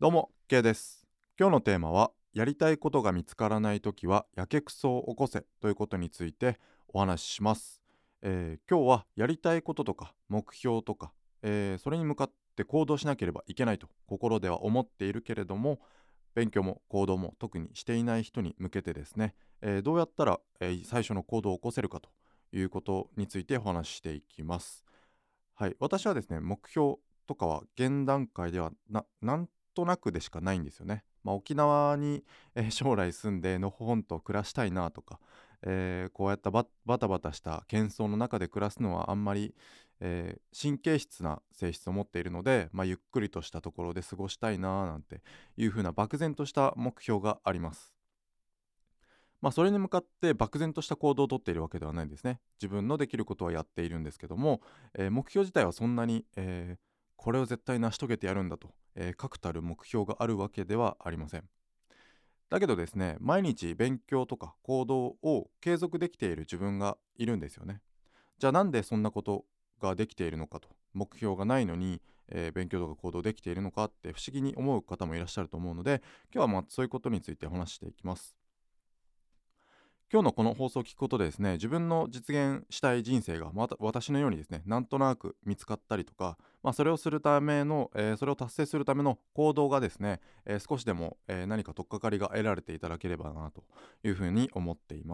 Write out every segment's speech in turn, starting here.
どうも、K です。今日のテーマは、やりたいことが見つからないときは、やけくそを起こせということについてお話しします。今日はやりたいこととか目標とか、それに向かって行動しなければいけないと心では思っているけれども、勉強も行動も特にしていない人に向けてですね、どうやったら、最初の行動を起こせるかということについてお話ししていきます。はい、私はですね、目標とかは現段階ではなんとなくでしかないんですよね。沖縄に、将来住んでのほほんと暮らしたいなとか、こうやったバタバタした喧騒の中で暮らすのはあんまり、神経質な性質を持っているので、ゆっくりとしたところで過ごしたいななんていう風な漠然とした目標があります。それに向かって漠然とした行動をとっているわけではないんですね。自分のできることはやっているんですけども、目標自体はそんなに、これを絶対成し遂げてやるんだと、確たる目標があるわけではありません。だけどですね、毎日勉強とか行動を継続できている自分がいるんですよね。じゃあなんでそんなことができているのかと、目標がないのに、勉強とか行動できているのかって不思議に思う方もいらっしゃると思うので、今日はそういうことについてお話していきます。今日のこの放送を聞くことでですね、自分の実現したい人生がまた私のようにですね、なんとなく見つかったりとか、それをするための、それを達成するための行動がですね、少しでも、何か取っかかりが得られていただければなというふうに思っています。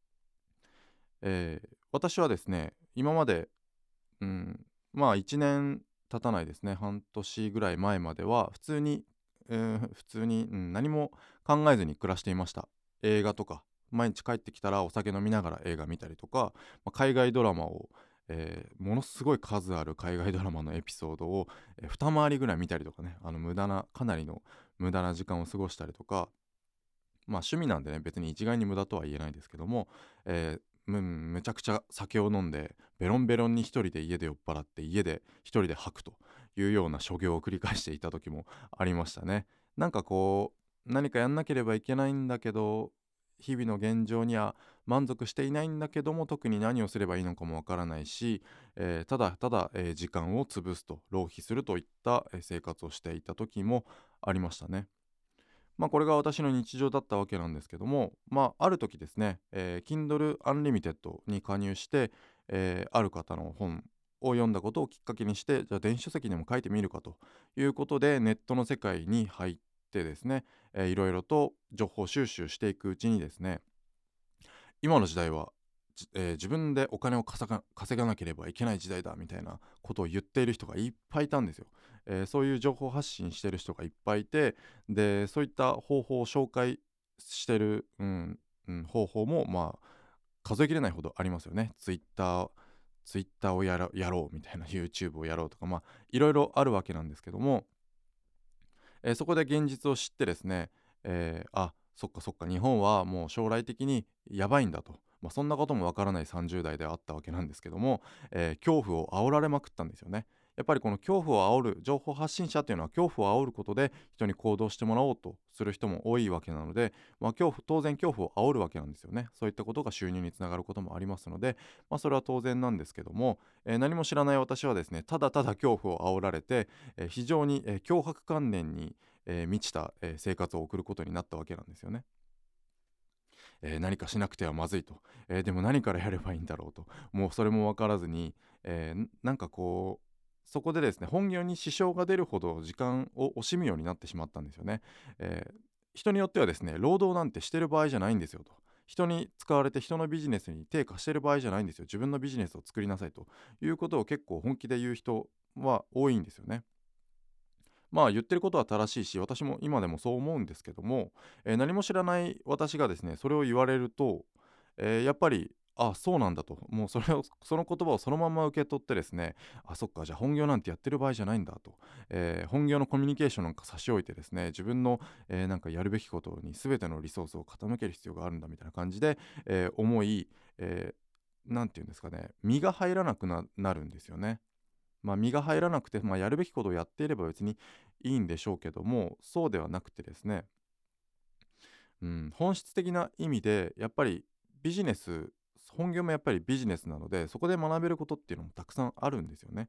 私はですね、今まで、うん、1年経たないですね、半年ぐらい前までは普通に、何も考えずに暮らしていました。映画とか、毎日帰ってきたらお酒飲みながら映画見たりとか、海外ドラマを、ものすごい数ある海外ドラマのエピソードを、2回りぐらい見たりとかね、かなりの無駄な時間を過ごしたりとか、趣味なんでね、別に一概に無駄とは言えないですけども、めちゃくちゃ酒を飲んで、ベロンベロンに一人で家で酔っ払って、家で一人で吐くというような所業を繰り返していた時もありましたね。なんかこう、何かやんなければいけないんだけど、日々の現状には満足していないんだけども、特に何をすればいいのかもわからないし、ただただ、時間を潰すと、浪費するといった、生活をしていた時もありましたね。これが私の日常だったわけなんですけども、ある時ですね、Kindle Unlimited に加入して、ある方の本を読んだことをきっかけにして、じゃあ電子書籍でも書いてみるかということで、ネットの世界に入ってですね、いろいろと情報収集していくうちにですね、今の時代は、自分でお金を稼がなければいけない時代だみたいなことを言っている人がいっぱいいたんですよ。そういう情報発信してる人がいっぱいいて、で、そういった方法を紹介してる、方法も数えきれないほどありますよね。ツイッターをやろうみたいな YouTube をやろうとか、いろいろあるわけなんですけども、そこで現実を知ってですね、そっかそっか、日本はもう将来的にやばいんだと。そんなこともわからない30代であったわけなんですけども、恐怖を煽られまくったんですよね。やっぱりこの恐怖を煽る情報発信者っていうのは恐怖を煽ることで人に行動してもらおうとする人も多いわけなので、当然恐怖を煽るわけなんですよね。そういったことが収入につながることもありますので、それは当然なんですけども、何も知らない私はですね、ただただ恐怖を煽られて、非常に、強迫観念に、満ちた、生活を送ることになったわけなんですよね。何かしなくてはまずいと、でも何からやればいいんだろうと、もうそれも分からずに、なんかこうそこでですね、本業に支障が出るほど時間を惜しむようになってしまったんですよね。人によってはですね、労働なんてしてる場合じゃないんですよと。人に使われて人のビジネスに手貸してる場合じゃないんですよ。自分のビジネスを作りなさいということを結構本気で言う人は多いんですよね。言ってることは正しいし、私も今でもそう思うんですけども、何も知らない私がですね、それを言われると、やっぱり、そうなんだと、もうその言葉をそのまま受け取ってですね、そっか、じゃあ本業なんてやってる場合じゃないんだと、本業のコミュニケーションなんか差し置いてですね、自分の、なんかやるべきことに全てのリソースを傾ける必要があるんだみたいな感じで、思い、なんていうんですかね、身が入らなくなるんですよね。身が入らなくて、やるべきことをやっていれば別にいいんでしょうけども、そうではなくてですね、本質的な意味でやっぱりビジネス本業もやっぱりビジネスなので、そこで学べることっていうのもたくさんあるんですよね。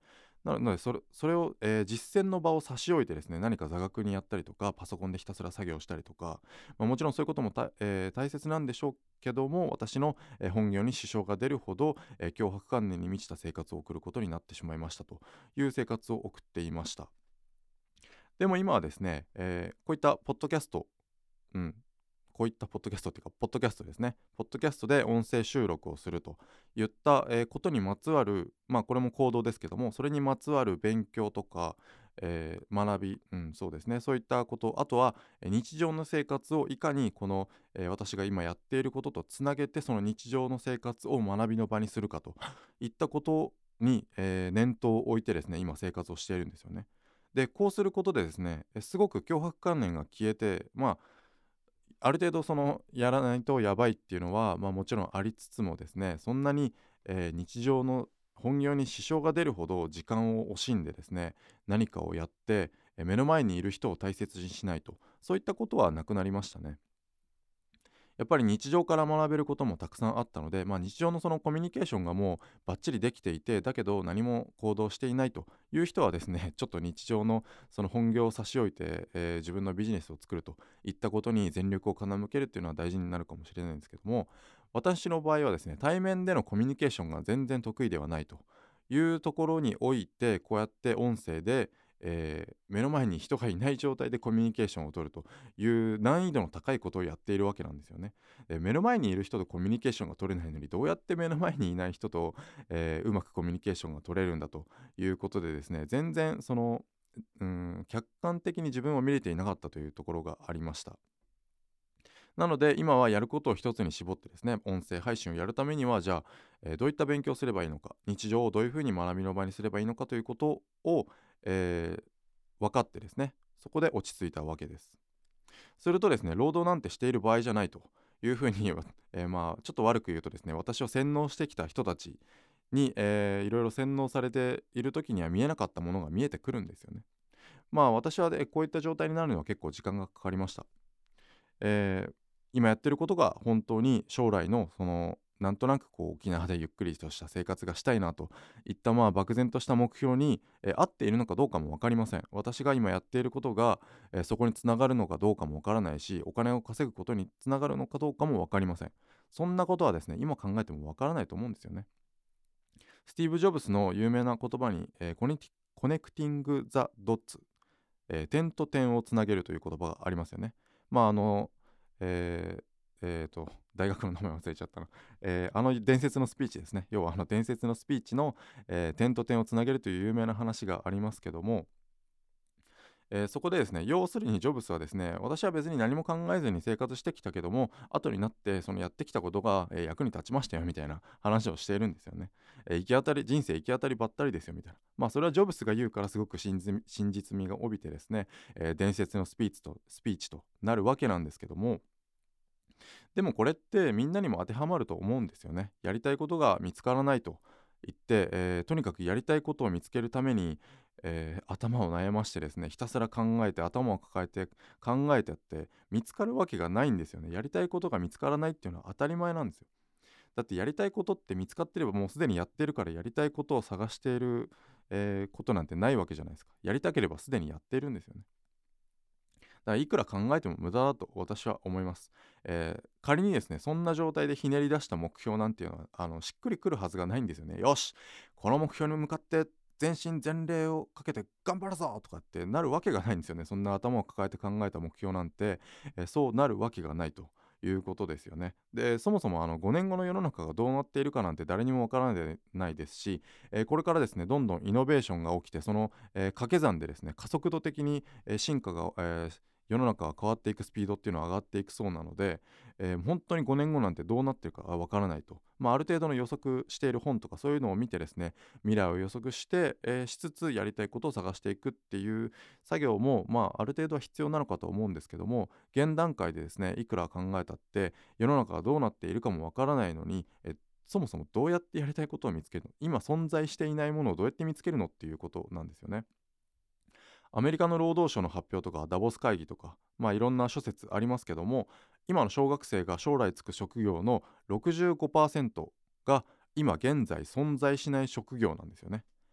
なのでそれを、実践の場を差し置いてですね、何か座学にやったりとかパソコンでひたすら作業したりとか、もちろんそういうことも大切なんでしょうけども、私の、本業に支障が出るほど、強迫観念に満ちた生活を送ることになってしまいましたという生活を送っていました。でも今はですね、こういったポッドキャスト、うん、こういったポッドキャストっていうか、ポッドキャストですね。ポッドキャストで音声収録をするといった、ことにまつわる、これも行動ですけども、それにまつわる勉強とか、学び、そうですね。そういったこと、あとは、日常の生活をいかにこの、私が今やっていることとつなげて、その日常の生活を学びの場にするかといったことに、念頭を置いてですね、今生活をしているんですよね。で、こうすることでですね、すごく強迫観念が消えて、ある程度そのやらないとやばいっていうのは、もちろんありつつもですね、そんなに、日常の本業に支障が出るほど時間を惜しんでですね、何かをやって、目の前にいる人を大切にしないと、そういったことはなくなりましたね。やっぱり日常から学べることもたくさんあったので、日常のそのコミュニケーションがもうバッチリできていて、だけど何も行動していないという人はですね、ちょっと日常のその本業を差し置いて、自分のビジネスを作るといったことに全力を傾けるっていうのは大事になるかもしれないんですけども、私の場合はですね、対面でのコミュニケーションが全然得意ではないというところにおいて、こうやって音声で、目の前に人がいない状態でコミュニケーションを取るという難易度の高いことをやっているわけなんですよね。目の前にいる人とコミュニケーションが取れないのに、どうやって目の前にいない人と、うまくコミュニケーションが取れるんだということでですね、全然その、客観的に自分を見れていなかったというところがありました。なので今はやることを一つに絞ってですね、音声配信をやるためには、じゃあ、どういった勉強をすればいいのか、日常をどういうふうに学びの場にすればいいのかということを、分かってですね、そこで落ち着いたわけです。するとですね、労働なんてしている場合じゃないというふうにちょっと悪く言うとですね、私を洗脳してきた人たちに、いろいろ洗脳されている時には見えなかったものが見えてくるんですよね。私はこういった状態になるのは結構時間がかかりました。今やってることが本当に将来のそのなんとなくこう沖縄でゆっくりとした生活がしたいなといった漠然とした目標に、合っているのかどうかも分かりません。私が今やっていることが、そこにつながるのかどうかも分からないし、お金を稼ぐことにつながるのかどうかも分かりません。そんなことはですね、今考えても分からないと思うんですよね。スティーブ・ジョブズの有名な言葉に、コネクティング・ザ・ドッツ、点と点をつなげるという言葉がありますよね。まああの、えー大学の名前忘れちゃったな。あの伝説のスピーチですね。要はあの伝説のスピーチの、点と点をつなげるという有名な話がありますけども、そこでですね、要するにジョブスはですね、私は別に何も考えずに生活してきたけども、後になってそのやってきたことが、役に立ちましたよみたいな話をしているんですよね。人生行き当たりばったりですよみたいな。それはジョブスが言うからすごく真実味が帯びてですね、伝説のスピーチとなるわけなんですけども、でもこれってみんなにも当てはまると思うんですよね。やりたいことが見つからないと言って、とにかくやりたいことを見つけるために、頭を悩ましてですね、ひたすら考えて頭を抱えて考えてって見つかるわけがないんですよね。やりたいことが見つからないっていうのは当たり前なんですよ。だってやりたいことって見つかってればもうすでにやってるから、やりたいことを探している、ことなんてないわけじゃないですか。やりたければすでにやっているんですよね。だからいくら考えても無駄だと私は思います。仮にですね、そんな状態でひねり出した目標なんていうのは、しっくりくるはずがないんですよね。よし、この目標に向かって全身全霊をかけて頑張るぞとかってなるわけがないんですよね。そんな頭を抱えて考えた目標なんて、そうなるわけがないと。いうことですよね。で、そもそも5年後の世の中がどうなっているかなんて誰にもわからないですし、これからですね、どんどんイノベーションが起きて、その、掛け算でですね、加速度的に、進化が、世の中が変わっていくスピードっていうのは上がっていくそうなので、本当に5年後なんてどうなってるかわからないと。ある程度の予測している本とかそういうのを見てですね、未来を予測して、しつつやりたいことを探していくっていう作業も、ある程度は必要なのかと思うんですけども、現段階でですね、いくら考えたって世の中がどうなっているかもわからないのに、そもそもどうやってやりたいことを見つけるの、今存在していないものをどうやって見つけるのっていうことなんですよね。アメリカの労働省の発表とかダボス会議とか、いろんな諸説ありますけども、今の小学生が将来就く職業の65%が今現在存在しない職業なんですよね。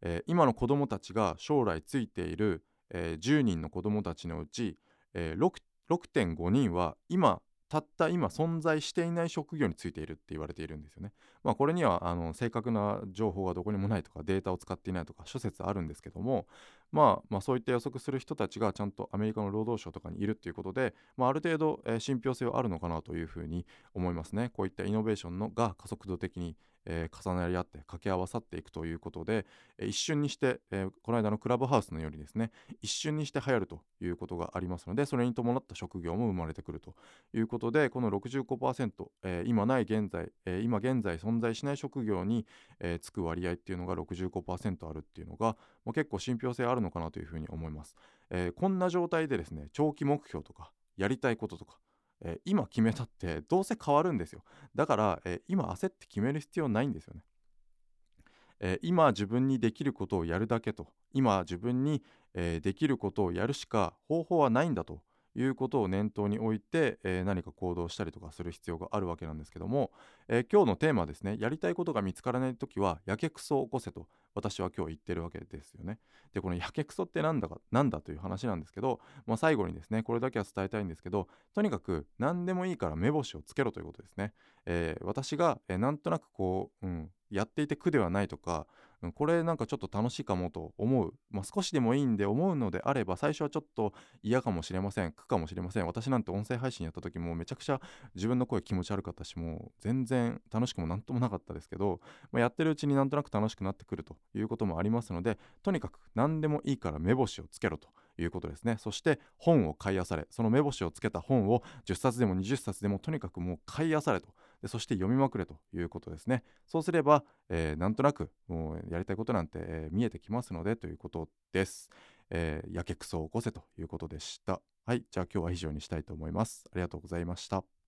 今の子供たちが将来ついている、10人の子供たちのうち、6.5人はたった今存在していない職業についているって言われているんですよね。これには正確な情報がどこにもないとかデータを使っていないとか諸説あるんですけども、そういった予測する人たちがちゃんとアメリカの労働省とかにいるっていうことで、ある程度、信憑性はあるのかなというふうに思いますね。こういったイノベーションが加速度的に、重なり合って掛け合わさっていくということで、一瞬にして、この間のクラブハウスのようにですね、一瞬にして流行るということがありますので、それに伴った職業も生まれてくるということで、この65%、今現在存在しない職業に、つく割合っていうのが65%あるっていうのが、結構信憑性あるのかなというふうに思います。こんな状態でですね、長期目標とかやりたいこととか、今決めたってどうせ変わるんですよ。だから、今焦って決める必要ないんですよね。今自分にできることをやるだけと、今自分に、できることをやるしか方法はないんだということを念頭に置いて、何か行動したりとかする必要があるわけなんですけども、今日のテーマはですね、やりたいことが見つからないときはやけくそを起こせと私は今日言ってるわけですよね。で、このやけくそってなんだという話なんですけど、最後にですね、これだけは伝えたいんですけど、とにかく何でもいいから目星をつけろということですね。私が、なんとなくこう、やっていて苦ではないとか、これなんかちょっと楽しいかもと思う、少しでもいいんで思うのであれば、最初はちょっと嫌かもしれません、苦かもしれません。私なんて音声配信やった時もめちゃくちゃ自分の声気持ち悪かったし、もう全然楽しくもなんともなかったですけど、やってるうちになんとなく楽しくなってくるということもありますので、とにかく何でもいいから目星をつけろということですね。そして本を買い漁れ、その目星をつけた本を10冊でも20冊でもとにかくもう買い漁れと。そして読みまくれということですね。そうすれば、なんとなくもうやりたいことなんて、見えてきますのでということです。やけくそを起こせということでした。はい、じゃあ今日は以上にしたいと思います。ありがとうございました。